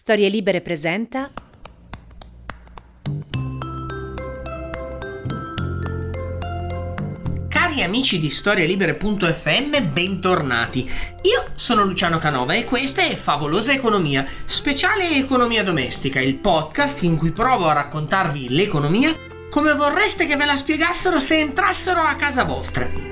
Storie Libere presenta Cari amici di storielibere.fm, bentornati. Io sono Luciano Canova e questa è Favolosa Economia, speciale economia domestica, il podcast in cui provo a raccontarvi l'economia come vorreste che ve la spiegassero se entrassero a casa vostra.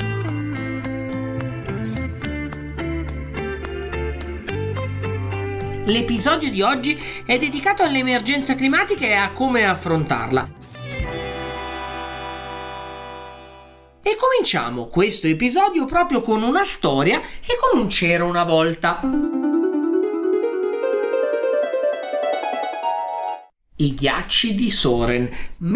L'episodio di oggi è dedicato all'emergenza climatica e a come affrontarla. E cominciamo questo episodio proprio con una storia e con un c'era una volta. I ghiacci di Soren,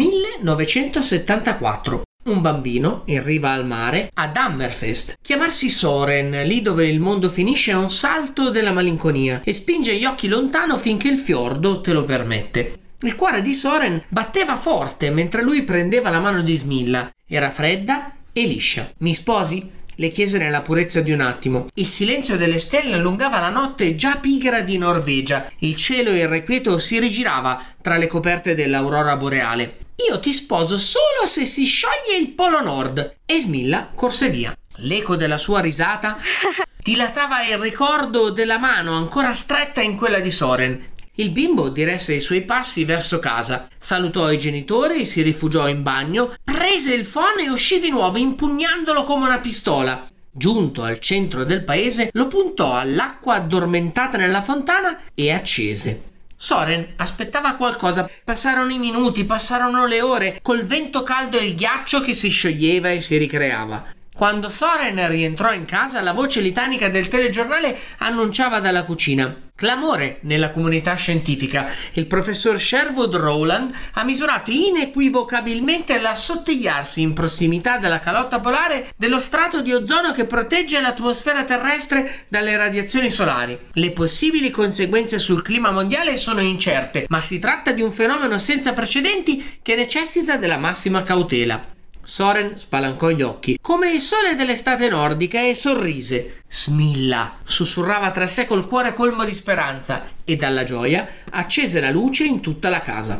1974. Un bambino in riva al mare ad Hammerfest. Chiamarsi Soren, lì dove il mondo finisce, è un salto della malinconia e spinge gli occhi lontano finché il fiordo te lo permette. Il cuore di Soren batteva forte mentre lui prendeva la mano di Smilla. Era fredda e liscia. Mi sposi? Le chiese nella purezza di un attimo. Il silenzio delle stelle allungava la notte già pigra di Norvegia. Il cielo irrequieto si rigirava tra le coperte dell'aurora boreale. Io ti sposo solo se si scioglie il polo nord. E Smilla corse via. L'eco della sua risata dilatava il ricordo della mano ancora stretta in quella di Soren. Il bimbo diresse i suoi passi verso casa, salutò i genitori, si rifugiò in bagno, prese il phone e uscì di nuovo impugnandolo come una pistola. Giunto al centro del paese, lo puntò all'acqua addormentata nella fontana e accese. Soren aspettava qualcosa. Passarono i minuti, passarono le ore, col vento caldo e il ghiaccio che si scioglieva e si ricreava. Quando Soren rientrò in casa, la voce litanica del telegiornale annunciava dalla cucina: clamore nella comunità scientifica. Il professor Sherwood Rowland ha misurato inequivocabilmente l'assottigliarsi in prossimità della calotta polare dello strato di ozono che protegge l'atmosfera terrestre dalle radiazioni solari. Le possibili conseguenze sul clima mondiale sono incerte, ma si tratta di un fenomeno senza precedenti che necessita della massima cautela. Soren spalancò gli occhi, come il sole dell'estate nordica, e sorrise. Smilla, sussurrava tra sé col cuore colmo di speranza, e dalla gioia accese la luce in tutta la casa.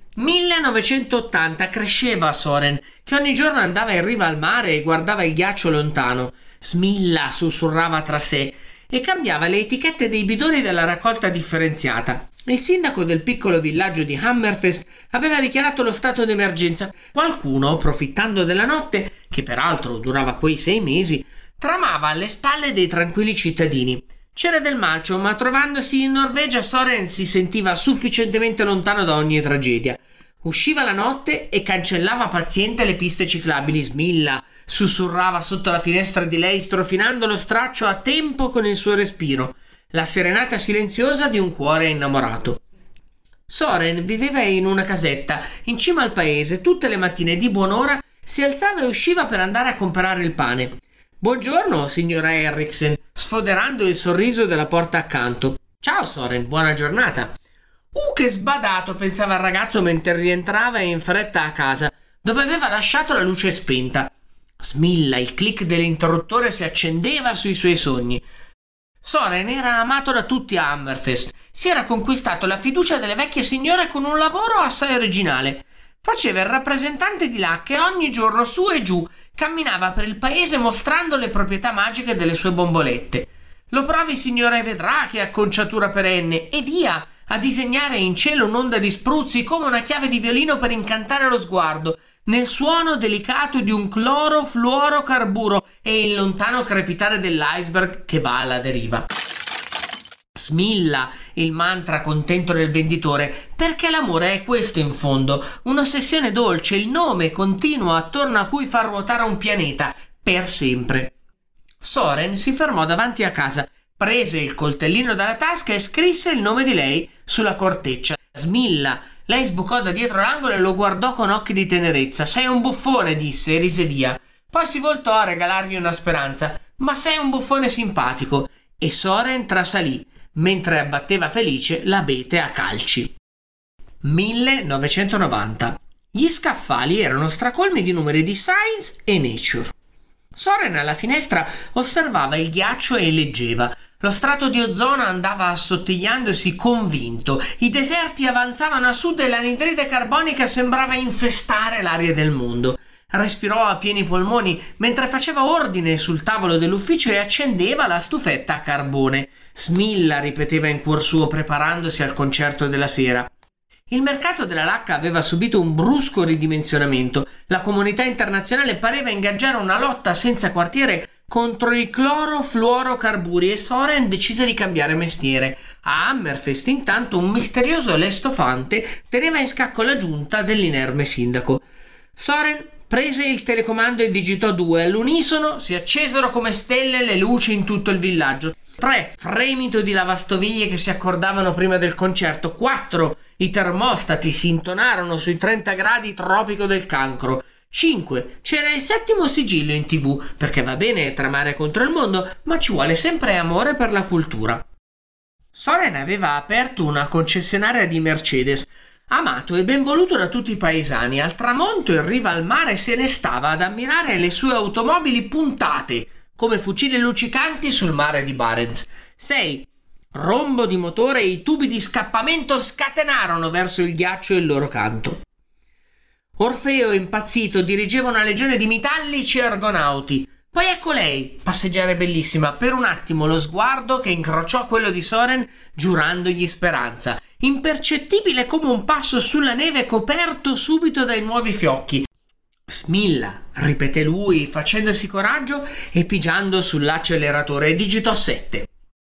1980 cresceva Soren, che ogni giorno andava in riva al mare e guardava il ghiaccio lontano. Smilla, sussurrava tra sé, e cambiava le etichette dei bidoni della raccolta differenziata. Il sindaco del piccolo villaggio di Hammerfest aveva dichiarato lo stato d'emergenza. Qualcuno, approfittando della notte, che peraltro durava quei 6 mesi, tramava alle spalle dei tranquilli cittadini. C'era del marcio, ma trovandosi in Norvegia, Soren si sentiva sufficientemente lontano da ogni tragedia. Usciva la notte e cancellava paziente le piste ciclabili. Smilla, sussurrava sotto la finestra di lei, strofinando lo straccio a tempo con il suo respiro. La serenata silenziosa di un cuore innamorato. Soren viveva in una casetta in cima al paese. Tutte le mattine di buon'ora si alzava e usciva per andare a comprare il pane. Buongiorno, signora Eriksen, sfoderando il sorriso della porta accanto. Ciao Soren, buona giornata. Che sbadato, pensava il ragazzo mentre rientrava in fretta a casa, dove aveva lasciato la luce spenta. Smilla, il click dell'interruttore si accendeva sui suoi sogni. Soren era amato da tutti a Hammerfest. Si era conquistato la fiducia delle vecchie signore con un lavoro assai originale. Faceva il rappresentante di là che ogni giorno su e giù camminava per il paese mostrando le proprietà magiche delle sue bombolette. Lo provi, signore, e vedrà che acconciatura perenne, e via a disegnare in cielo un'onda di spruzzi come una chiave di violino per incantare lo sguardo, nel suono delicato di un clorofluorocarburo e il lontano crepitare dell'iceberg che va alla deriva. Smilla, il mantra contento del venditore, perché l'amore è questo in fondo, un'ossessione dolce, il nome continuo attorno a cui far ruotare un pianeta, per sempre. Soren si fermò davanti a casa, prese il coltellino dalla tasca e scrisse il nome di lei sulla corteccia. Smilla. Lei sbucò da dietro l'angolo e lo guardò con occhi di tenerezza. Sei un buffone, disse, e rise via. Poi si voltò a regalargli una speranza. Ma sei un buffone simpatico. E Soren trasalì, mentre abbatteva felice l'abete a calci. 1990. Gli scaffali erano stracolmi di numeri di Science e Nature. Soren alla finestra osservava il ghiaccio e leggeva. Lo strato di ozono andava assottigliandosi convinto, i deserti avanzavano a sud e l'anidride carbonica sembrava infestare l'aria del mondo. Respirò a pieni polmoni mentre faceva ordine sul tavolo dell'ufficio e accendeva la stufetta a carbone. Smilla, ripeteva in cuor suo preparandosi al concerto della sera. Il mercato della lacca aveva subito un brusco ridimensionamento. La comunità internazionale pareva ingaggiare una lotta senza quartiere contro i clorofluorocarburi e Soren decise di cambiare mestiere. A Hammerfest intanto un misterioso lestofante teneva in scacco la giunta dell'inerme sindaco. Soren prese il telecomando e digitò 2. All'unisono si accesero come stelle le luci in tutto il villaggio. 3. Fremito di lavastoviglie che si accordavano prima del concerto. 4. I termostati si intonarono sui 30 gradi tropico del cancro. 5. C'era il 7° sigillo in TV, perché va bene tramare contro il mondo, ma ci vuole sempre amore per la cultura. Soren aveva aperto una concessionaria di Mercedes, amato e ben voluto da tutti i paesani. Al tramonto in riva al mare se ne stava ad ammirare le sue automobili puntate come fucili luccicanti sul mare di Barents. 6. Rombo di motore e i tubi di scappamento scatenarono verso il ghiaccio il loro canto. Orfeo, impazzito, dirigeva una legione di metallici argonauti. Poi ecco lei, passeggiare bellissima, per un attimo lo sguardo che incrociò quello di Soren, giurandogli speranza. Impercettibile come un passo sulla neve coperto subito dai nuovi fiocchi. Smilla, ripeté lui, facendosi coraggio e pigiando sull'acceleratore, e digitò 7.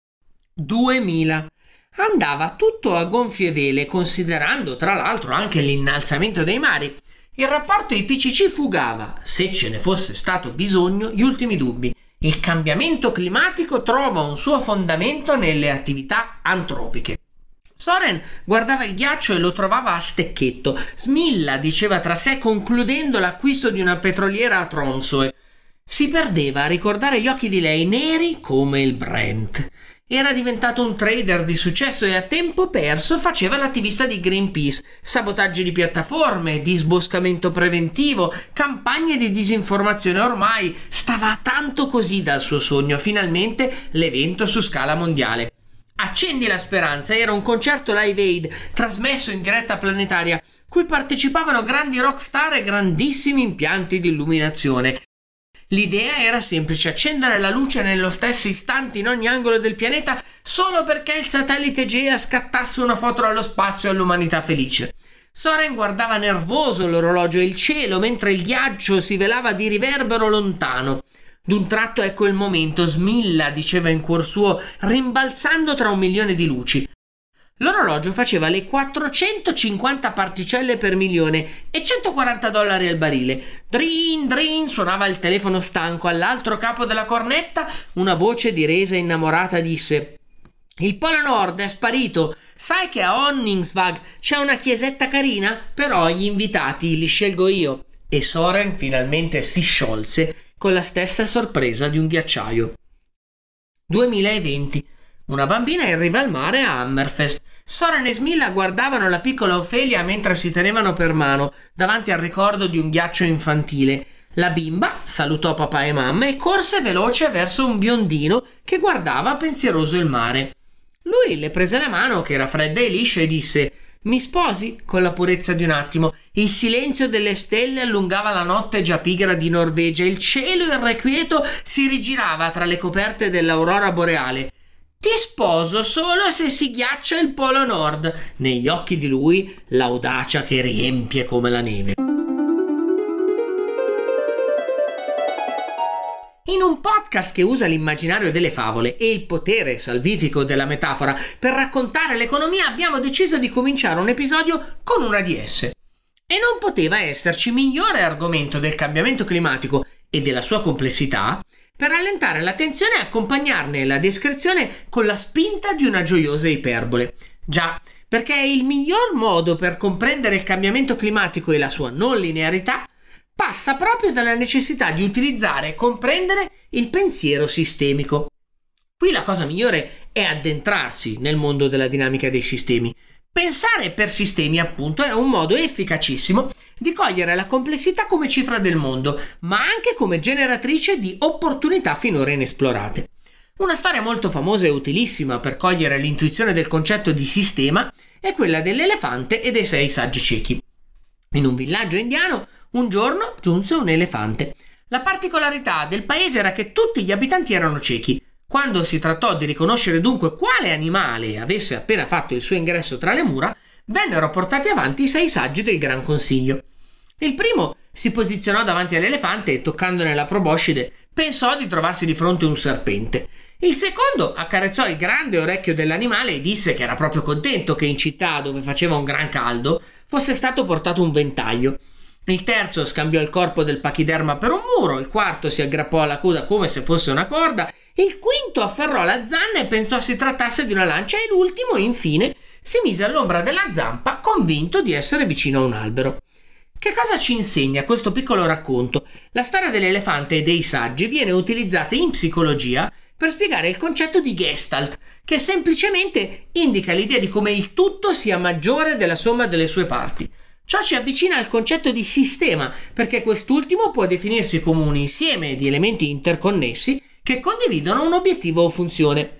2000. Andava tutto a gonfie vele, considerando tra l'altro anche l'innalzamento dei mari. Il rapporto IPCC fugava, se ce ne fosse stato bisogno, gli ultimi dubbi. Il cambiamento climatico trova un suo fondamento nelle attività antropiche. Soren guardava il ghiaccio e lo trovava a stecchetto. Smilla, diceva tra sé, concludendo l'acquisto di una petroliera a Tromsø. Si perdeva a ricordare gli occhi di lei neri come il Brent. Era diventato un trader di successo e a tempo perso faceva l'attivista di Greenpeace, sabotaggi di piattaforme, disboscamento preventivo, campagne di disinformazione. Ormai stava tanto così dal suo sogno, finalmente l'evento su scala mondiale. Accendi la speranza era un concerto Live Aid trasmesso in diretta planetaria, cui partecipavano grandi rockstar e grandissimi impianti di illuminazione. L'idea era semplice: accendere la luce nello stesso istante in ogni angolo del pianeta solo perché il satellite Gea scattasse una foto allo spazio all'umanità felice. Soren guardava nervoso l'orologio e il cielo mentre il ghiaccio si velava di riverbero lontano. D'un tratto ecco il momento, Smilla, diceva in cuor suo, rimbalzando tra 1.000.000 di luci. L'orologio faceva le 450 particelle per milione e $140 al barile. Drin, drin, suonava il telefono stanco. All'altro capo della cornetta una voce di resa innamorata disse: «Il Polo Nord è sparito. Sai che a Honningsvåg c'è una chiesetta carina? Però gli invitati li scelgo io». E Soren finalmente si sciolse con la stessa sorpresa di un ghiacciaio. 2020. Una bambina in riva al mare a Hammerfest. Soren e Smilla guardavano la piccola Ofelia mentre si tenevano per mano davanti al ricordo di un ghiaccio infantile. La bimba salutò papà e mamma e corse veloce verso un biondino che guardava pensieroso il mare. Lui le prese la mano, che era fredda e liscia, e disse: «Mi sposi?» con la purezza di un attimo. Il silenzio delle stelle allungava la notte già pigra di Norvegia. Il cielo irrequieto si rigirava tra le coperte dell'aurora boreale. «Ti sposo solo se si ghiaccia il Polo Nord». Negli occhi di lui l'audacia che riempie come la neve. In un podcast che usa l'immaginario delle favole e il potere salvifico della metafora per raccontare l'economia, abbiamo deciso di cominciare un episodio con una di esse. E non poteva esserci migliore argomento del cambiamento climatico e della sua complessità per rallentare l'attenzione e accompagnarne la descrizione con la spinta di una gioiosa iperbole. Già, perché è il miglior modo per comprendere il cambiamento climatico e la sua non linearità passa proprio dalla necessità di utilizzare e comprendere il pensiero sistemico. Qui la cosa migliore è addentrarsi nel mondo della dinamica dei sistemi. Pensare per sistemi, appunto, è un modo efficacissimo di cogliere la complessità come cifra del mondo, ma anche come generatrice di opportunità finora inesplorate. Una storia molto famosa e utilissima per cogliere l'intuizione del concetto di sistema è quella dell'elefante e dei 6 saggi ciechi. In un villaggio indiano, un giorno giunse un elefante. La particolarità del paese era che tutti gli abitanti erano ciechi. Quando si trattò di riconoscere dunque quale animale avesse appena fatto il suo ingresso tra le mura, vennero portati avanti i 6 saggi del Gran Consiglio. Il primo si posizionò davanti all'elefante e, toccandone la proboscide, pensò di trovarsi di fronte a un serpente. Il secondo accarezzò il grande orecchio dell'animale e disse che era proprio contento che in città, dove faceva un gran caldo, fosse stato portato un ventaglio. Il terzo scambiò il corpo del pachiderma per un muro, il quarto si aggrappò alla coda come se fosse una corda, il quinto afferrò la zanna e pensò si trattasse di una lancia e l'ultimo, infine, si mise all'ombra della zampa convinto di essere vicino a un albero. Che cosa ci insegna questo piccolo racconto? La storia dell'elefante e dei saggi viene utilizzata in psicologia per spiegare il concetto di Gestalt, che semplicemente indica l'idea di come il tutto sia maggiore della somma delle sue parti. Ciò ci avvicina al concetto di sistema, perché quest'ultimo può definirsi come un insieme di elementi interconnessi che condividono un obiettivo o funzione.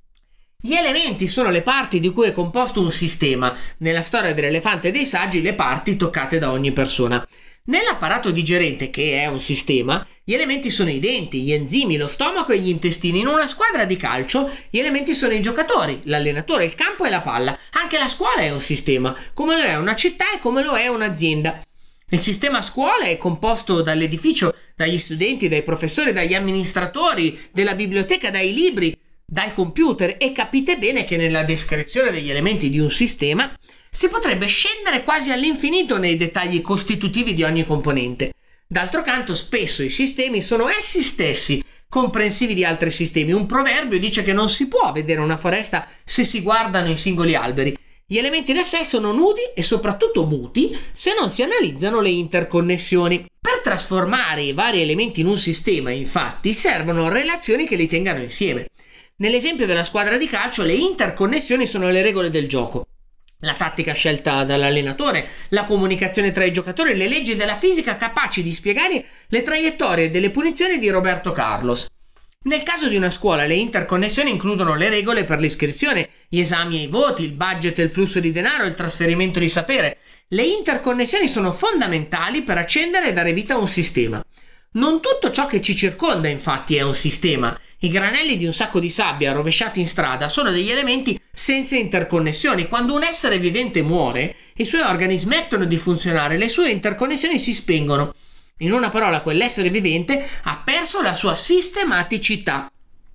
Gli elementi sono le parti di cui è composto un sistema. Nella storia dell'elefante e dei saggi, le parti toccate da ogni persona. Nell'apparato digerente, che è un sistema, gli elementi sono i denti, gli enzimi, lo stomaco e gli intestini. In una squadra di calcio gli elementi sono i giocatori, l'allenatore, il campo e la palla. Anche la scuola è un sistema, come lo è una città e come lo è un'azienda. Il sistema scuola è composto dall'edificio, dagli studenti, dai professori, dagli amministratori, della biblioteca, dai libri, dai computer, e capite bene che nella descrizione degli elementi di un sistema si potrebbe scendere quasi all'infinito nei dettagli costitutivi di ogni componente. D'altro canto, spesso i sistemi sono essi stessi comprensivi di altri sistemi. Un proverbio dice che non si può vedere una foresta se si guardano i singoli alberi. Gli elementi da sé sono nudi e soprattutto muti se non si analizzano le interconnessioni. Per trasformare i vari elementi in un sistema, infatti, servono relazioni che li tengano insieme. Nell'esempio della squadra di calcio, le interconnessioni sono le regole del gioco. La tattica scelta dall'allenatore, la comunicazione tra i giocatori, le leggi della fisica capaci di spiegare le traiettorie delle punizioni di Roberto Carlos. Nel caso di una scuola, le interconnessioni includono le regole per l'iscrizione, gli esami e i voti, il budget e il flusso di denaro, il trasferimento di sapere. Le interconnessioni sono fondamentali per accendere e dare vita a un sistema. Non tutto ciò che ci circonda, infatti, è un sistema. I granelli di un sacco di sabbia rovesciati in strada sono degli elementi senza interconnessioni. Quando un essere vivente muore, i suoi organi smettono di funzionare, le sue interconnessioni si spengono. In una parola, quell'essere vivente ha perso la sua sistematicità.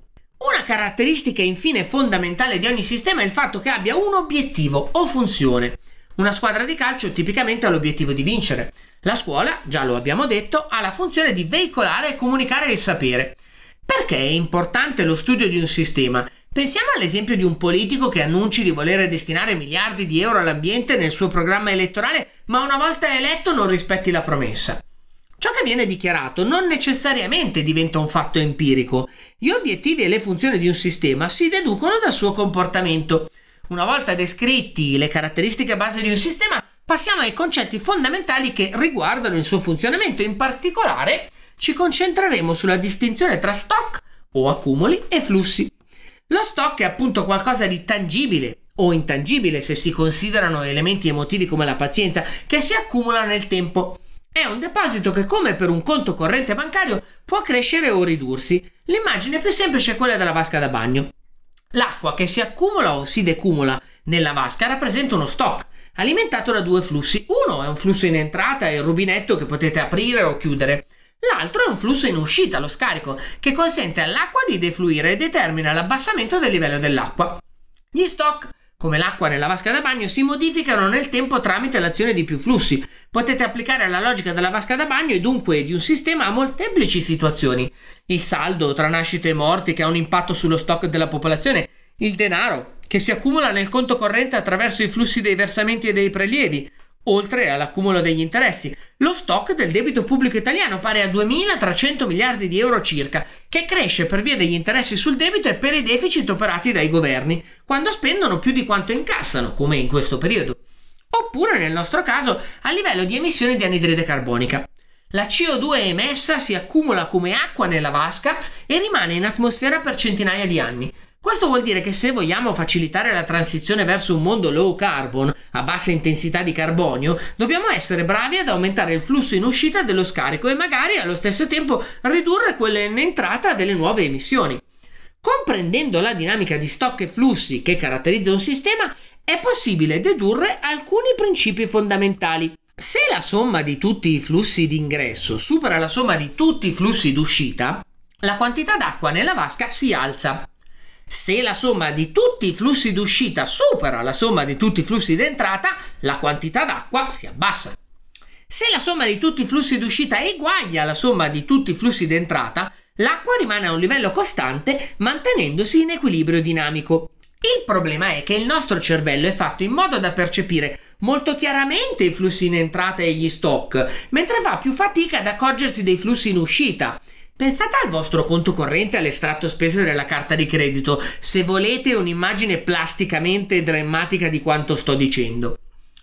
Una caratteristica infine fondamentale di ogni sistema è il fatto che abbia un obiettivo o funzione. Una squadra di calcio tipicamente ha l'obiettivo di vincere. La scuola, già lo abbiamo detto, ha la funzione di veicolare e comunicare il sapere. Perché è importante lo studio di un sistema? Pensiamo all'esempio di un politico che annunci di voler destinare miliardi di euro all'ambiente nel suo programma elettorale, ma una volta eletto non rispetti la promessa. Ciò che viene dichiarato non necessariamente diventa un fatto empirico. Gli obiettivi e le funzioni di un sistema si deducono dal suo comportamento. Una volta descritti le caratteristiche base di un sistema, passiamo ai concetti fondamentali che riguardano il suo funzionamento. In particolare, ci concentreremo sulla distinzione tra stock o accumuli e flussi. Lo stock è appunto qualcosa di tangibile o intangibile se si considerano elementi emotivi come la pazienza, che si accumula nel tempo. È un deposito che, come per un conto corrente bancario, può crescere o ridursi. L'immagine più semplice è quella della vasca da bagno. L'acqua che si accumula o si decumula nella vasca rappresenta uno stock, alimentato da 2 flussi. Uno è un flusso in entrata, è il rubinetto che potete aprire o chiudere. L'altro è un flusso in uscita, lo scarico, che consente all'acqua di defluire e determina l'abbassamento del livello dell'acqua. Gli stock, come l'acqua nella vasca da bagno, si modificano nel tempo tramite l'azione di più flussi. Potete applicare la logica della vasca da bagno e dunque di un sistema a molteplici situazioni. Il saldo tra nascite e morti, che ha un impatto sullo stock della popolazione. Il denaro, che si accumula nel conto corrente attraverso i flussi dei versamenti e dei prelievi, oltre all'accumulo degli interessi. Lo stock del debito pubblico italiano, pari a 2.300 miliardi di euro circa, che cresce per via degli interessi sul debito e per i deficit operati dai governi, quando spendono più di quanto incassano, come in questo periodo. Oppure, nel nostro caso, a livello di emissioni di anidride carbonica. La CO2 emessa si accumula come acqua nella vasca e rimane in atmosfera per centinaia di anni. Questo vuol dire che se vogliamo facilitare la transizione verso un mondo low carbon, a bassa intensità di carbonio, dobbiamo essere bravi ad aumentare il flusso in uscita dello scarico e magari allo stesso tempo ridurre quello in entrata delle nuove emissioni. Comprendendo la dinamica di stock e flussi che caratterizza un sistema, è possibile dedurre alcuni principi fondamentali. Se la somma di tutti i flussi d'ingresso supera la somma di tutti i flussi d'uscita, la quantità d'acqua nella vasca si alza. Se la somma di tutti i flussi d'uscita supera la somma di tutti i flussi d'entrata, la quantità d'acqua si abbassa. Se la somma di tutti i flussi d'uscita eguaglia alla somma di tutti i flussi d'entrata, l'acqua rimane a un livello costante mantenendosi in equilibrio dinamico. Il problema è che il nostro cervello è fatto in modo da percepire molto chiaramente i flussi in entrata e gli stock, mentre fa più fatica ad accorgersi dei flussi in uscita. Pensate al vostro conto corrente e all'estratto spese della carta di credito, se volete un'immagine plasticamente drammatica di quanto sto dicendo.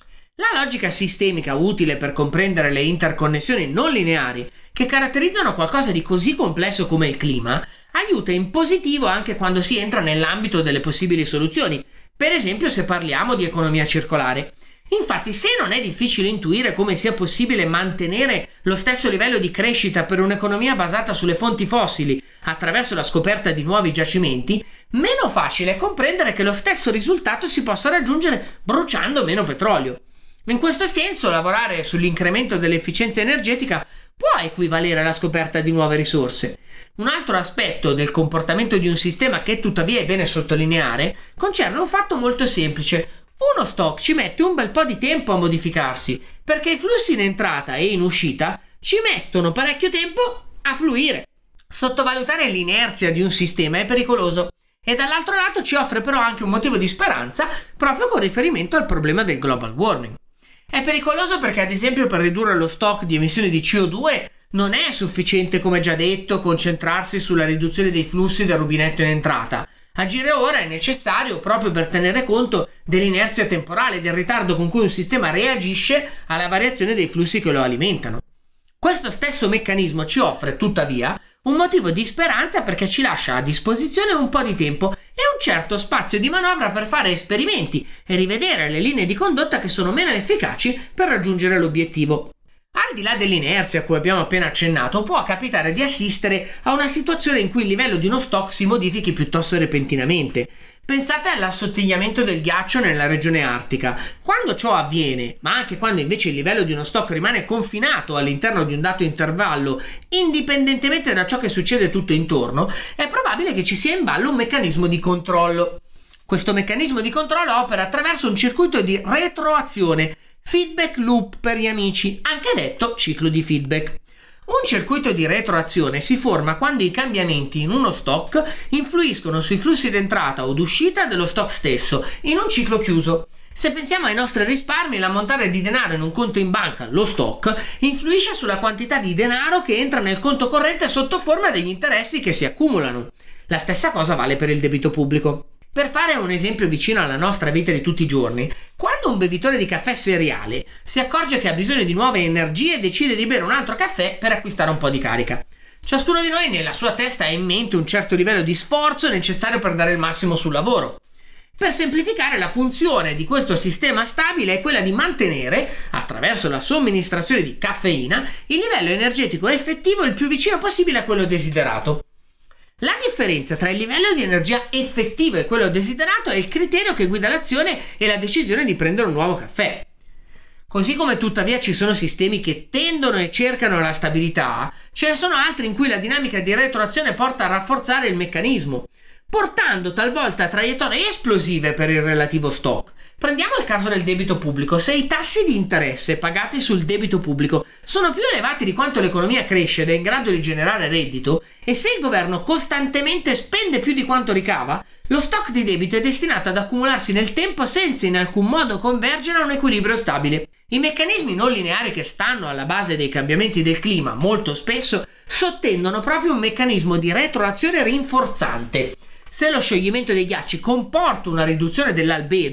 La logica sistemica utile per comprendere le interconnessioni non lineari che caratterizzano qualcosa di così complesso come il clima aiuta in positivo anche quando si entra nell'ambito delle possibili soluzioni, per esempio se parliamo di economia circolare. Infatti, se non è difficile intuire come sia possibile mantenere lo stesso livello di crescita per un'economia basata sulle fonti fossili attraverso la scoperta di nuovi giacimenti, meno facile è comprendere che lo stesso risultato si possa raggiungere bruciando meno petrolio. In questo senso, lavorare sull'incremento dell'efficienza energetica può equivalere alla scoperta di nuove risorse. Un altro aspetto del comportamento di un sistema che tuttavia è bene sottolineare concerne un fatto molto semplice. Uno stock ci mette un bel po' di tempo a modificarsi, perché i flussi in entrata e in uscita ci mettono parecchio tempo a fluire. Sottovalutare l'inerzia di un sistema è pericoloso e dall'altro lato ci offre però anche un motivo di speranza proprio con riferimento al problema del global warming. È pericoloso perché ad esempio per ridurre lo stock di emissioni di CO2 non è sufficiente, come già detto, concentrarsi sulla riduzione dei flussi del rubinetto in entrata. Agire ora è necessario proprio per tenere conto dell'inerzia temporale e del ritardo con cui un sistema reagisce alla variazione dei flussi che lo alimentano. Questo stesso meccanismo ci offre, tuttavia, un motivo di speranza perché ci lascia a disposizione un po' di tempo e un certo spazio di manovra per fare esperimenti e rivedere le linee di condotta che sono meno efficaci per raggiungere l'obiettivo. Al di là dell'inerzia a cui abbiamo appena accennato, può capitare di assistere a una situazione in cui il livello di uno stock si modifichi piuttosto repentinamente. Pensate all'assottigliamento del ghiaccio nella regione artica. Quando ciò avviene, ma anche quando invece il livello di uno stock rimane confinato all'interno di un dato intervallo, indipendentemente da ciò che succede tutto intorno, è probabile che ci sia in ballo un meccanismo di controllo. Questo meccanismo di controllo opera attraverso un circuito di retroazione, feedback loop per gli amici, anche detto ciclo di feedback. Un circuito di retroazione si forma quando i cambiamenti in uno stock influiscono sui flussi d'entrata o d'uscita dello stock stesso, in un ciclo chiuso. Se pensiamo ai nostri risparmi, l'ammontare di denaro in un conto in banca, lo stock, influisce sulla quantità di denaro che entra nel conto corrente sotto forma degli interessi che si accumulano. La stessa cosa vale per il debito pubblico. Per fare un esempio vicino alla nostra vita di tutti i giorni, quando un bevitore di caffè seriale si accorge che ha bisogno di nuove energie, decide di bere un altro caffè per acquistare un po' di carica. Ciascuno di noi nella sua testa ha in mente un certo livello di sforzo necessario per dare il massimo sul lavoro. Per semplificare, la funzione di questo sistema stabile è quella di mantenere, attraverso la somministrazione di caffeina, il livello energetico effettivo il più vicino possibile a quello desiderato. La differenza tra il livello di energia effettivo e quello desiderato è il criterio che guida l'azione e la decisione di prendere un nuovo caffè. Così come tuttavia ci sono sistemi che tendono e cercano la stabilità, ce ne sono altri in cui la dinamica di retroazione porta a rafforzare il meccanismo, portando talvolta a traiettorie esplosive per il relativo stock. Prendiamo il caso del debito pubblico. Se i tassi di interesse pagati sul debito pubblico sono più elevati di quanto l'economia cresce ed è in grado di generare reddito, e se il governo costantemente spende più di quanto ricava, lo stock di debito è destinato ad accumularsi nel tempo senza in alcun modo convergere a un equilibrio stabile. I meccanismi non lineari che stanno alla base dei cambiamenti del clima molto spesso sottendono proprio un meccanismo di retroazione rinforzante. Se lo scioglimento dei ghiacci comporta una riduzione dell'albedo,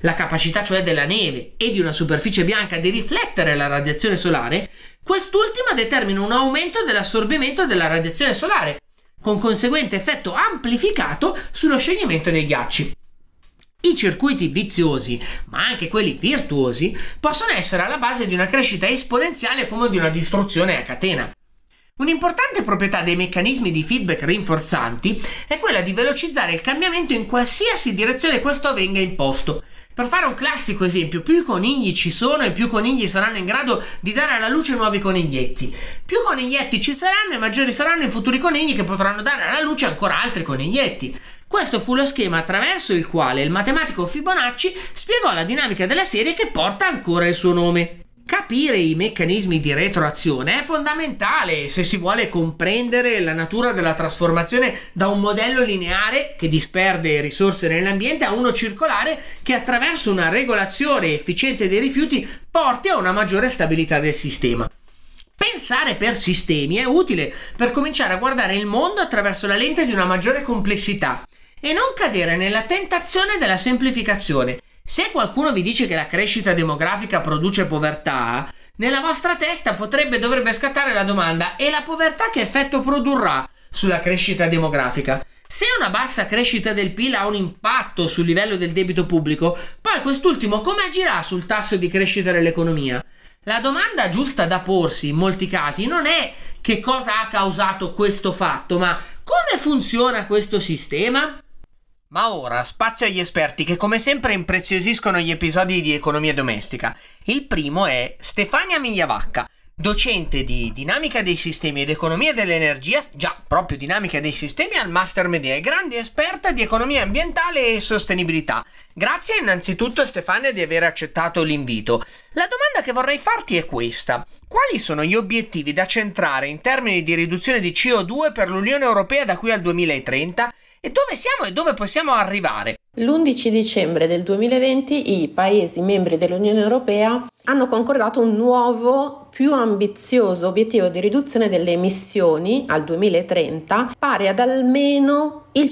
la capacità cioè della neve e di una superficie bianca di riflettere la radiazione solare, quest'ultima determina un aumento dell'assorbimento della radiazione solare, con conseguente effetto amplificato sullo scioglimento dei ghiacci. I circuiti viziosi, ma anche quelli virtuosi, possono essere alla base di una crescita esponenziale come di una distruzione a catena. Un'importante proprietà dei meccanismi di feedback rinforzanti è quella di velocizzare il cambiamento in qualsiasi direzione questo venga imposto. Per fare un classico esempio, più conigli ci sono e più conigli saranno in grado di dare alla luce nuovi coniglietti. Più coniglietti ci saranno e maggiori saranno i futuri conigli che potranno dare alla luce ancora altri coniglietti. Questo fu lo schema attraverso il quale il matematico Fibonacci spiegò la dinamica della serie che porta ancora il suo nome. Capire i meccanismi di retroazione è fondamentale se si vuole comprendere la natura della trasformazione da un modello lineare che disperde risorse nell'ambiente a uno circolare che attraverso una regolazione efficiente dei rifiuti porti a una maggiore stabilità del sistema. Pensare per sistemi è utile per cominciare a guardare il mondo attraverso la lente di una maggiore complessità e non cadere nella tentazione della semplificazione. Se qualcuno vi dice che la crescita demografica produce povertà, nella vostra testa dovrebbe scattare la domanda: e la povertà che effetto produrrà sulla crescita demografica? Se una bassa crescita del PIL ha un impatto sul livello del debito pubblico, poi quest'ultimo come agirà sul tasso di crescita dell'economia? La domanda giusta da porsi in molti casi non è che cosa ha causato questo fatto, ma come funziona questo sistema? Ma ora spazio agli esperti che come sempre impreziosiscono gli episodi di Economia Domestica. Il primo è Stefania Migliavacca, docente di Dinamica dei Sistemi ed Economia dell'Energia, già proprio Dinamica dei Sistemi al Master Media e grande esperta di economia ambientale e sostenibilità. Grazie innanzitutto Stefania di aver accettato l'invito. La domanda che vorrei farti è questa: quali sono gli obiettivi da centrare in termini di riduzione di CO2 per l'Unione Europea da qui al 2030? E dove siamo e dove possiamo arrivare? L'11 dicembre del 2020 i Paesi membri dell'Unione Europea hanno concordato un nuovo, più ambizioso obiettivo di riduzione delle emissioni al 2030 pari ad almeno il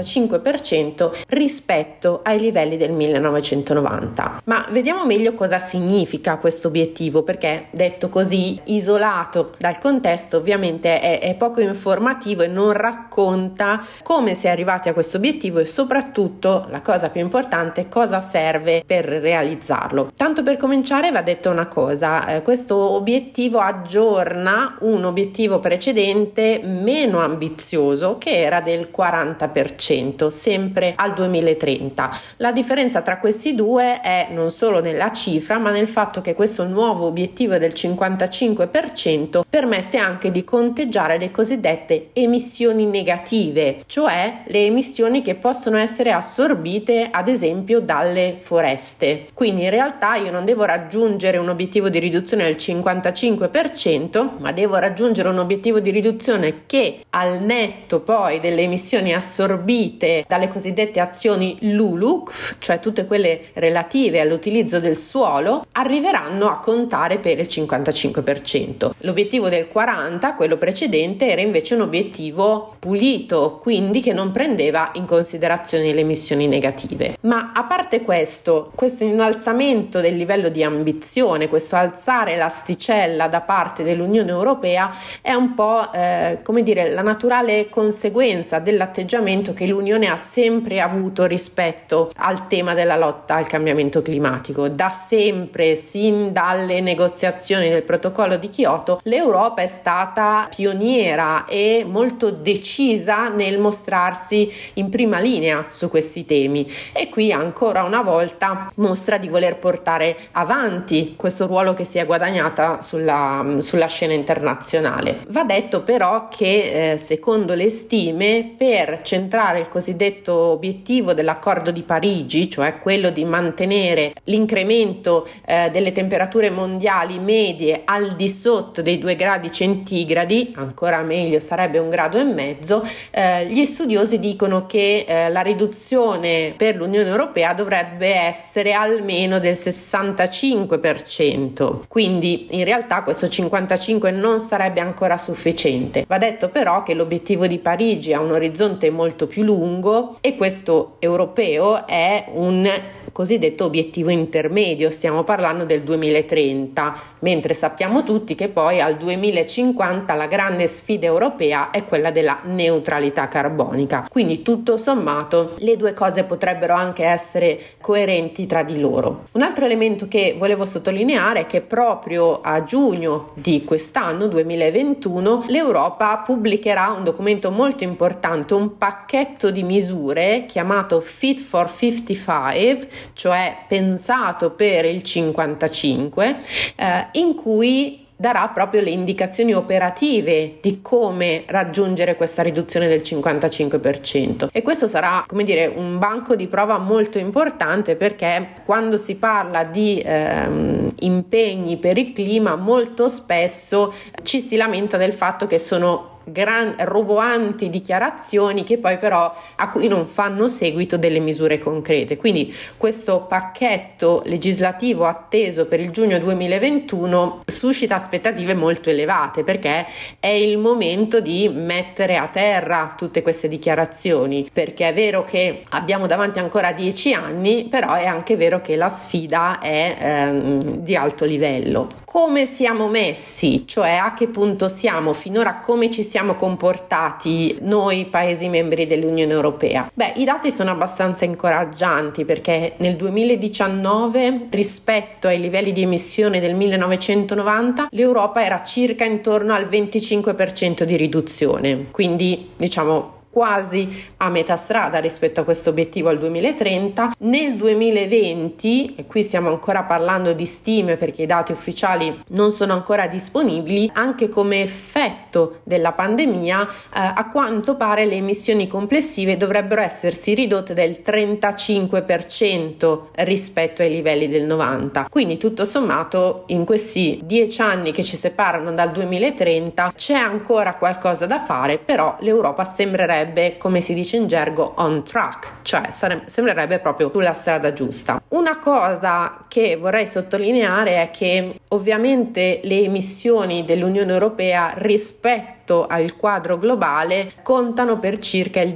55% rispetto ai livelli del 1990. Ma vediamo meglio cosa significa questo obiettivo, perché detto così, isolato dal contesto, ovviamente è poco informativo e non racconta come si è arrivati a questo obiettivo e soprattutto, la cosa più importante, cosa serve per realizzarlo. Tanto per cominciare va detto una cosa, questo obiettivo aggiorna un obiettivo precedente meno ambizioso che era del 40%, sempre al 2030. La differenza tra questi due è non solo nella cifra, ma nel fatto che questo nuovo obiettivo del 55% permette anche di conteggiare le cosiddette emissioni negative, cioè le emissioni che possono essere assorbite ad esempio dalle foreste. Quindi in realtà io non devo raggiungere un obiettivo di riduzione del 55%, ma devo raggiungere un obiettivo di riduzione che al netto poi delle emissioni assorbite dalle cosiddette azioni LULUCF, cioè tutte quelle relative all'utilizzo del suolo, arriveranno a contare per il 55%. L'obiettivo del 40%, quello precedente, era invece un obiettivo pulito, quindi che non prendeva in considerazione le emissioni negative. Ma a parte questo innalzamento del livello di ambizione, questo alzare l'asticella da parte dell'Unione Europea è un po' la naturale conseguenza dell'atteggiamento che l'Unione ha sempre avuto rispetto al tema della lotta al cambiamento climatico. Da sempre, sin dalle negoziazioni del protocollo di Kyoto, l'Europa è stata pioniera e molto decisa nel mostrarsi in prima linea su questi temi, e qui ancora una volta mostra di voler portare avanti questo ruolo che si è guadagnata sulla scena internazionale. Va detto però che secondo le stime, per centrare il cosiddetto obiettivo dell'accordo di Parigi, cioè quello di mantenere l'incremento delle temperature mondiali medie al di sotto dei 2 gradi centigradi, ancora meglio sarebbe 1,5 gradi, gli studiosi dicono che la riduzione per l'Unione Europea dovrebbe essere almeno del 65%. Quindi in in realtà questo 55 non sarebbe ancora sufficiente. Va detto però che l'obiettivo di Parigi ha un orizzonte molto più lungo e questo europeo è un cosiddetto obiettivo intermedio, stiamo parlando del 2030, mentre sappiamo tutti che poi al 2050 la grande sfida europea è quella della neutralità carbonica. Quindi tutto sommato le due cose potrebbero anche essere coerenti tra di loro. Un altro elemento che volevo sottolineare è che proprio a giugno di quest'anno 2021 l'Europa pubblicherà un documento molto importante, un pacchetto di misure chiamato Fit for 55, cioè pensato per il 55, in cui darà proprio le indicazioni operative di come raggiungere questa riduzione del 55%. E questo sarà, come dire, un banco di prova molto importante, perché quando si parla di impegni per il clima molto spesso ci si lamenta del fatto che sono roboanti dichiarazioni che poi però a cui non fanno seguito delle misure concrete. Quindi questo pacchetto legislativo atteso per il giugno 2021 suscita aspettative molto elevate, perché è il momento di mettere a terra tutte queste dichiarazioni, perché è vero che abbiamo davanti ancora 10 anni, però è anche vero che la sfida è di alto livello. Come siamo messi, cioè a che punto siamo finora, come ci siamo comportati noi Paesi membri dell'Unione Europea? Beh, i dati sono abbastanza incoraggianti, perché nel 2019 rispetto ai livelli di emissione del 1990 l'Europa era circa intorno al 25% di riduzione, quindi diciamo quasi a metà strada rispetto a questo obiettivo al 2030. Nel 2020, e qui stiamo ancora parlando di stime perché i dati ufficiali non sono ancora disponibili, anche come effetto della pandemia, a quanto pare le emissioni complessive dovrebbero essersi ridotte del 35% rispetto ai livelli del 90. Quindi tutto sommato in questi 10 anni che ci separano dal 2030 c'è ancora qualcosa da fare, però l'Europa sembrerebbe, come si dice in gergo, on track, cioè sembrerebbe proprio sulla strada giusta. Una cosa che vorrei sottolineare è che ovviamente le emissioni dell'Unione Europea rispetto al quadro globale contano per circa il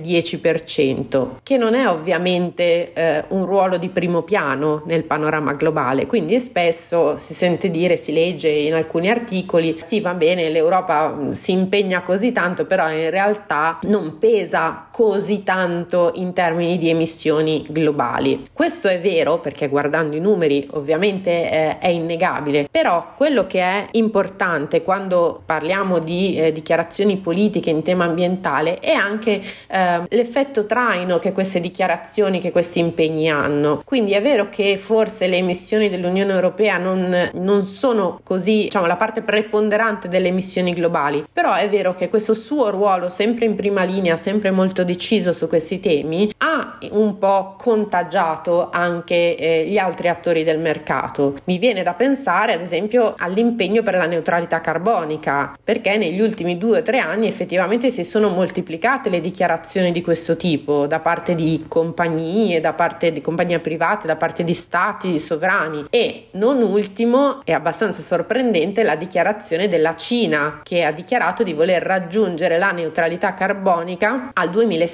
10%, che non è ovviamente un ruolo di primo piano nel panorama globale. Quindi spesso si sente dire, si legge in alcuni articoli, sì, va bene, l'Europa si impegna così tanto, però in realtà non pesa così tanto in termini di emissioni globali. Questo è vero, perché guardando i numeri ovviamente è innegabile, però quello che è importante quando parliamo di dichiarazioni politiche in tema ambientale è anche l'effetto traino che queste dichiarazioni, che questi impegni hanno. Quindi è vero che forse le emissioni dell'Unione Europea non sono così, diciamo, la parte preponderante delle emissioni globali, però è vero che questo suo ruolo sempre in prima linea, sempre molto deciso su questi temi, ha un po' contagiato anche gli altri attori del mercato. Mi viene da pensare ad esempio all'impegno per la neutralità carbonica, perché negli ultimi 2 o 3 anni effettivamente si sono moltiplicate le dichiarazioni di questo tipo da parte di compagnie, da parte di compagnie private, da parte di stati sovrani, e non ultimo è abbastanza sorprendente la dichiarazione della Cina, che ha dichiarato di voler raggiungere la neutralità carbonica al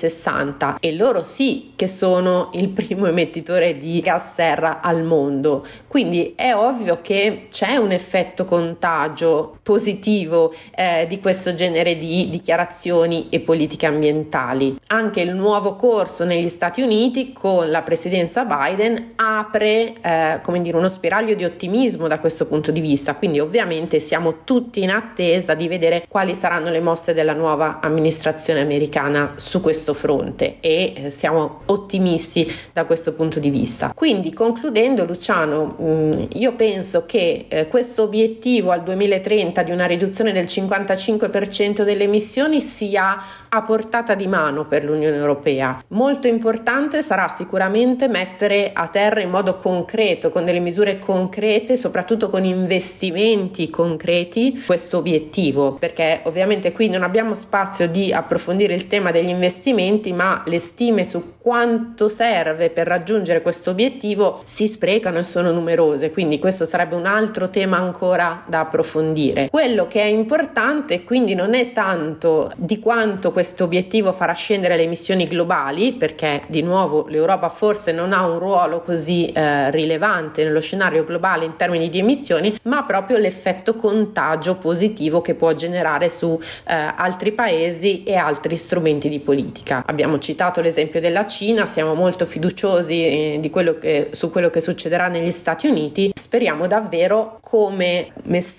2060, e loro sì che sono il primo emettitore di gas serra al mondo. Quindi è ovvio che c'è un effetto contagio positivo di questo genere di dichiarazioni e politiche ambientali. Anche il nuovo corso negli Stati Uniti con la presidenza Biden apre uno spiraglio di ottimismo da questo punto di vista, quindi ovviamente siamo tutti in attesa di vedere quali saranno le mosse della nuova amministrazione americana su questo fronte, e siamo ottimisti da questo punto di vista. Quindi concludendo, Luciano, io penso che questo obiettivo al 2030 di una riduzione del 55% 20% delle emissioni sia a portata di mano per l'Unione Europea. Molto importante sarà sicuramente mettere a terra in modo concreto, con delle misure concrete, soprattutto con investimenti concreti, questo obiettivo, perché ovviamente qui non abbiamo spazio di approfondire il tema degli investimenti, ma le stime su quanto serve per raggiungere questo obiettivo si sprecano e sono numerose, quindi questo sarebbe un altro tema ancora da approfondire. Quello che è importante quindi non è tanto di quanto questo obiettivo farà scendere le emissioni globali, perché di nuovo l'Europa forse non ha un ruolo così rilevante nello scenario globale in termini di emissioni, ma proprio l'effetto contagio positivo che può generare su altri paesi e altri strumenti di politica. Abbiamo citato l'esempio della Cina, siamo molto fiduciosi su quello che succederà negli Stati Uniti. Speriamo davvero, come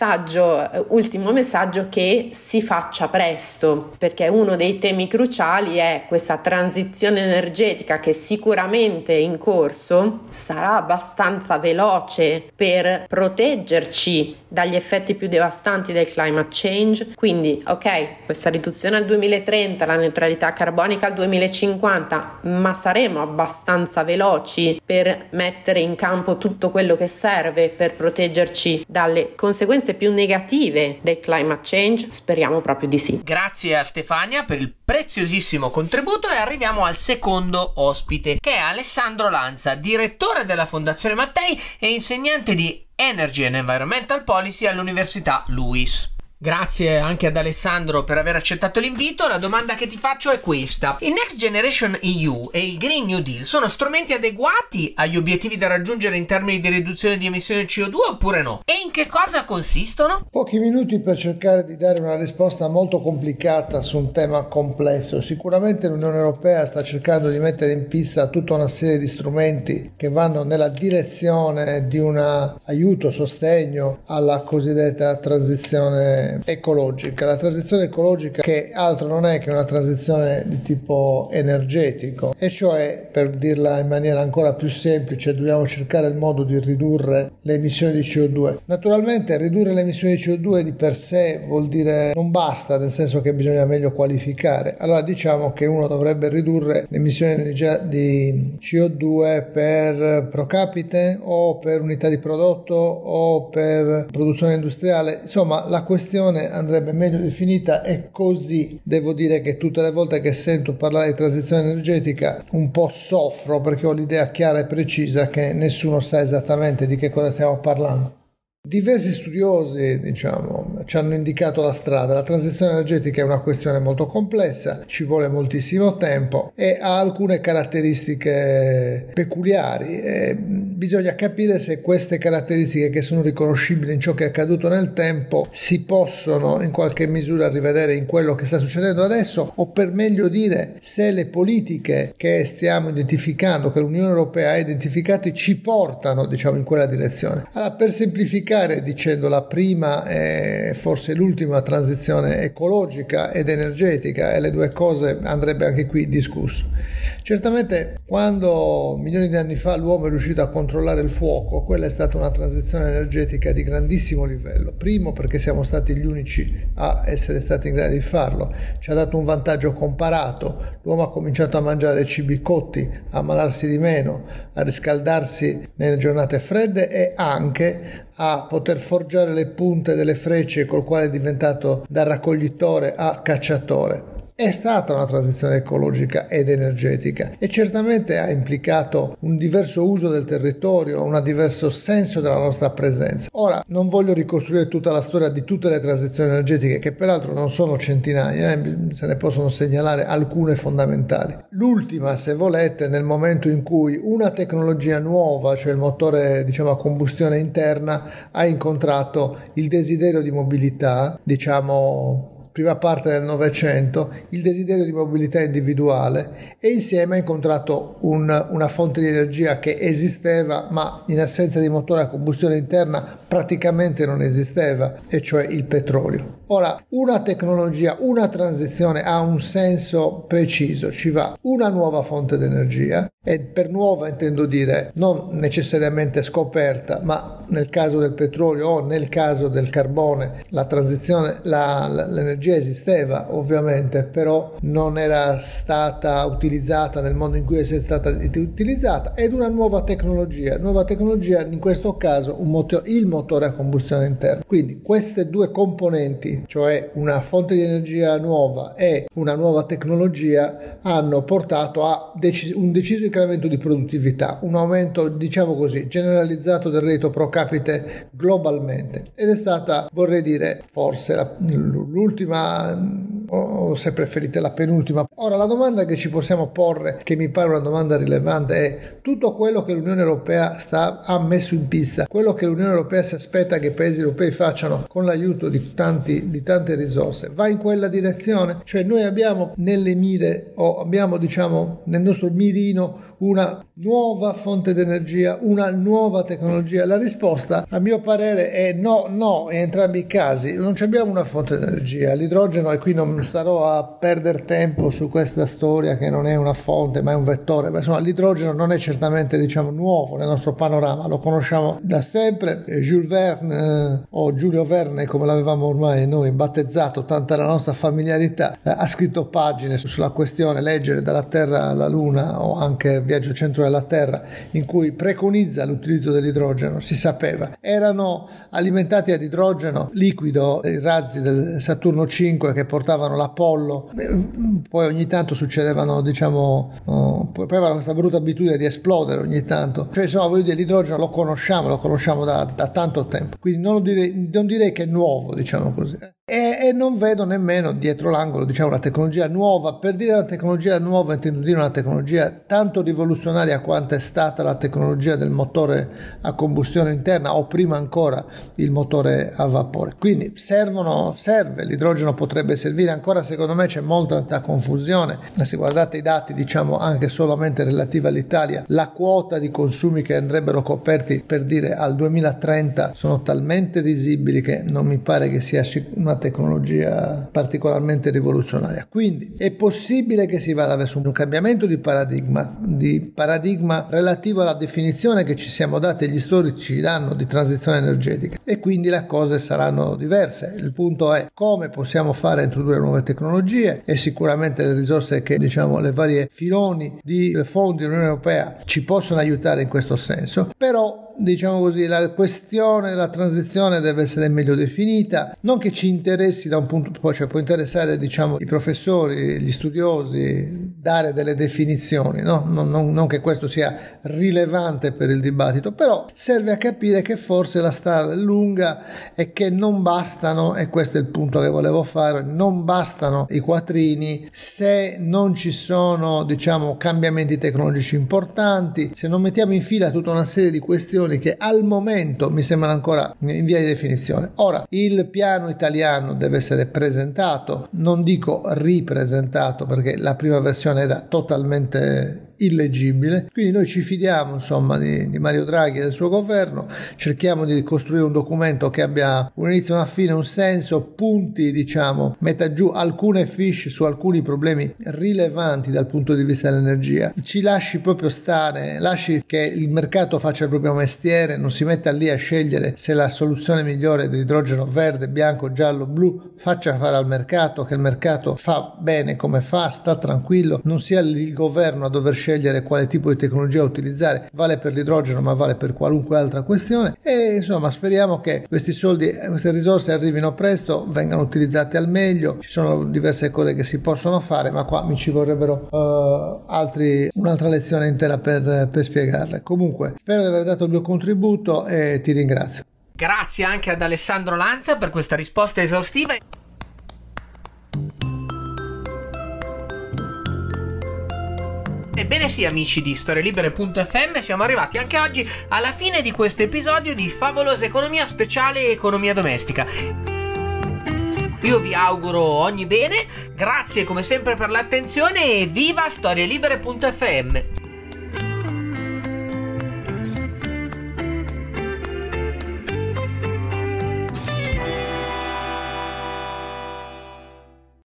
ultimo messaggio, che si faccia presto, perché uno dei temi cruciali è questa transizione energetica che sicuramente è in corso, sarà abbastanza veloce per proteggerci dagli effetti più devastanti del climate change. Quindi ok, questa riduzione al 2030, la neutralità carbonica al 2050, ma saremo abbastanza veloci per mettere in campo tutto quello che serve per proteggerci dalle conseguenze più negative del climate change? Speriamo proprio di sì. Grazie a Stefania per il preziosissimo contributo e arriviamo al secondo ospite, che è Alessandro Lanza, direttore della Fondazione Mattei e insegnante di Energy and Environmental Policy all'Università LUISS. Grazie anche ad Alessandro per aver accettato l'invito. La domanda che ti faccio è questa: il Next Generation EU e il Green New Deal sono strumenti adeguati agli obiettivi da raggiungere in termini di riduzione di emissioni CO2 oppure no? E in che cosa consistono? Pochi minuti per cercare di dare una risposta molto complicata su un tema complesso. Sicuramente l'Unione Europea sta cercando di mettere in pista tutta una serie di strumenti che vanno nella direzione di un aiuto, sostegno alla cosiddetta transizione ecologica. La transizione ecologica, che altro non è che una transizione di tipo energetico, e cioè, per dirla in maniera ancora più semplice, dobbiamo cercare il modo di ridurre le emissioni di CO2. Naturalmente ridurre le emissioni di CO2 di per sé vuol dire non basta, nel senso che bisogna meglio qualificare. Allora diciamo che uno dovrebbe ridurre le emissioni di CO2 per pro capite o per unità di prodotto o per produzione industriale. Insomma, la questione andrebbe meglio definita, e così devo dire che tutte le volte che sento parlare di transizione energetica un po' soffro, perché ho l'idea chiara e precisa che nessuno sa esattamente di che cosa stiamo parlando. Diversi studiosi, ci hanno indicato la strada. La transizione energetica è una questione molto complessa, ci vuole moltissimo tempo e ha alcune caratteristiche peculiari. Bisogna capire se queste caratteristiche, che sono riconoscibili in ciò che è accaduto nel tempo, si possono in qualche misura rivedere in quello che sta succedendo adesso, o per meglio dire, se le politiche che stiamo identificando, che l'Unione Europea ha identificato, ci portano in quella direzione. Allora, per semplificare, dicendo, la prima e forse l'ultima transizione ecologica ed energetica, e le due cose andrebbe anche qui discusso. Certamente quando milioni di anni fa l'uomo è riuscito a controllare il fuoco, quella è stata una transizione energetica di grandissimo livello. Primo, perché siamo stati gli unici a essere stati in grado di farlo, ci ha dato un vantaggio comparato. L'uomo ha cominciato a mangiare cibi cotti, a ammalarsi di meno, a riscaldarsi nelle giornate fredde e anche a poter forgiare le punte delle frecce, col quale è diventato da raccoglitore a cacciatore. È stata una transizione ecologica ed energetica e certamente ha implicato un diverso uso del territorio, un diverso senso della nostra presenza. Ora, non voglio ricostruire tutta la storia di tutte le transizioni energetiche, che peraltro non sono centinaia, se ne possono segnalare alcune fondamentali. L'ultima, se volete, nel momento in cui una tecnologia nuova, cioè il motore a combustione interna, ha incontrato il desiderio di mobilità, prima parte del Novecento, il desiderio di mobilità individuale, e insieme ha incontrato una fonte di energia che esisteva, ma in assenza di motore a combustione interna praticamente non esisteva, e cioè il petrolio. Ora, una tecnologia, una transizione ha un senso preciso, ci va una nuova fonte di energia, e per nuova intendo dire non necessariamente scoperta, ma nel caso del petrolio o nel caso del carbone la transizione, l'energia esisteva ovviamente, però non era stata utilizzata nel modo in cui è stata utilizzata, ed una nuova tecnologia in questo caso il motore a combustione interna. Quindi queste due componenti, cioè una fonte di energia nuova e una nuova tecnologia, hanno portato a un deciso incremento di produttività, un aumento, diciamo così, generalizzato del reddito pro capite globalmente, ed è stata, vorrei dire, forse l'ultima, o se preferite la penultima. Ora, la domanda che ci possiamo porre, che mi pare una domanda rilevante, è: tutto quello che l'Unione Europea ha messo in pista, quello che l'Unione Europea si aspetta che i paesi europei facciano con l'aiuto di tante risorse, va in quella direzione? Cioè, noi abbiamo nelle mire, o abbiamo, diciamo, nel nostro mirino una nuova fonte di energia, una nuova tecnologia? La risposta, a mio parere, è no, in entrambi i casi. Non abbiamo una fonte di energia, l'idrogeno, e qui non starò a perdere tempo su questa storia che non è una fonte ma è un vettore, ma insomma l'idrogeno non è certamente, diciamo, nuovo nel nostro panorama, lo conosciamo da sempre. Jules Verne, o Giulio Verne come l'avevamo ormai noi battezzato, tanta la nostra familiarità, ha scritto pagine sulla questione, leggere dalla Terra alla Luna o anche Viaggio al centro della Terra, in cui preconizza l'utilizzo dell'idrogeno. Si sapeva, erano alimentati ad idrogeno liquido i razzi del Saturno 5 che portavano l'Apollo, poi ogni tanto succedevano, diciamo, poi avevano questa brutta abitudine di esplodere ogni tanto. Cioè, insomma, voglio dire, l'idrogeno lo conosciamo da tanto tempo, quindi non direi che è nuovo, diciamo così. E non vedo nemmeno dietro l'angolo, diciamo, una tecnologia nuova. Per dire una tecnologia nuova intendo dire una tecnologia tanto rivoluzionaria quanto è stata la tecnologia del motore a combustione interna, o prima ancora il motore a vapore. Quindi serve, l'idrogeno potrebbe servire ancora. Secondo me c'è molta confusione, ma se guardate i dati, diciamo, anche solamente relativi all'Italia, la quota di consumi che andrebbero coperti, per dire, al 2030 sono talmente risibili che non mi pare che sia una tecnologia particolarmente rivoluzionaria. Quindi è possibile che si vada verso un cambiamento di paradigma relativo alla definizione che ci siamo dati e gli storici danno di transizione energetica, e quindi le cose saranno diverse. Il punto è come possiamo fare a introdurre nuove tecnologie, e sicuramente le risorse che, diciamo, le varie filoni di fondi dell'Unione Europea ci possono aiutare in questo senso. Però, diciamo così, la questione della transizione deve essere meglio definita, non che ci interessi da un punto, cioè può interessare, diciamo, i professori, gli studiosi, dare delle definizioni, no? Non che questo sia rilevante per il dibattito, però serve a capire che forse la strada è lunga e che non bastano, e questo è il punto che volevo fare, non bastano i quattrini se non ci sono, diciamo, cambiamenti tecnologici importanti, se non mettiamo in fila tutta una serie di questioni che al momento mi sembrano ancora in via di definizione. Ora, il piano italiano deve essere presentato, non dico ripresentato, perché la prima versione era totalmente illeggibile, quindi noi ci fidiamo, insomma, di Mario Draghi e del suo governo, cerchiamo di costruire un documento che abbia un inizio, una fine, un senso, punti, diciamo, metta giù alcune fiche su alcuni problemi rilevanti dal punto di vista dell'energia, ci lasci proprio stare, lasci che il mercato faccia il proprio mestiere, non si metta lì a scegliere se la soluzione migliore dell'idrogeno verde, bianco, giallo, blu, faccia fare al mercato, che il mercato fa bene come fa, sta tranquillo, non sia il governo a dover scegliere quale tipo di tecnologia utilizzare. Vale per l'idrogeno, ma vale per qualunque altra questione. E insomma, speriamo che questi soldi, queste risorse arrivino presto, vengano utilizzate al meglio. Ci sono diverse cose che si possono fare, ma qua mi ci vorrebbero un'altra lezione intera per spiegarle. Comunque, spero di aver dato il mio contributo e ti ringrazio. Grazie anche ad Alessandro Lanza per questa risposta esaustiva. Ebbene sì, amici di storielibere.fm, siamo arrivati anche oggi alla fine di questo episodio di Favolosa Economia speciale Economia Domestica. Io vi auguro ogni bene, grazie come sempre per l'attenzione e viva storielibere.fm!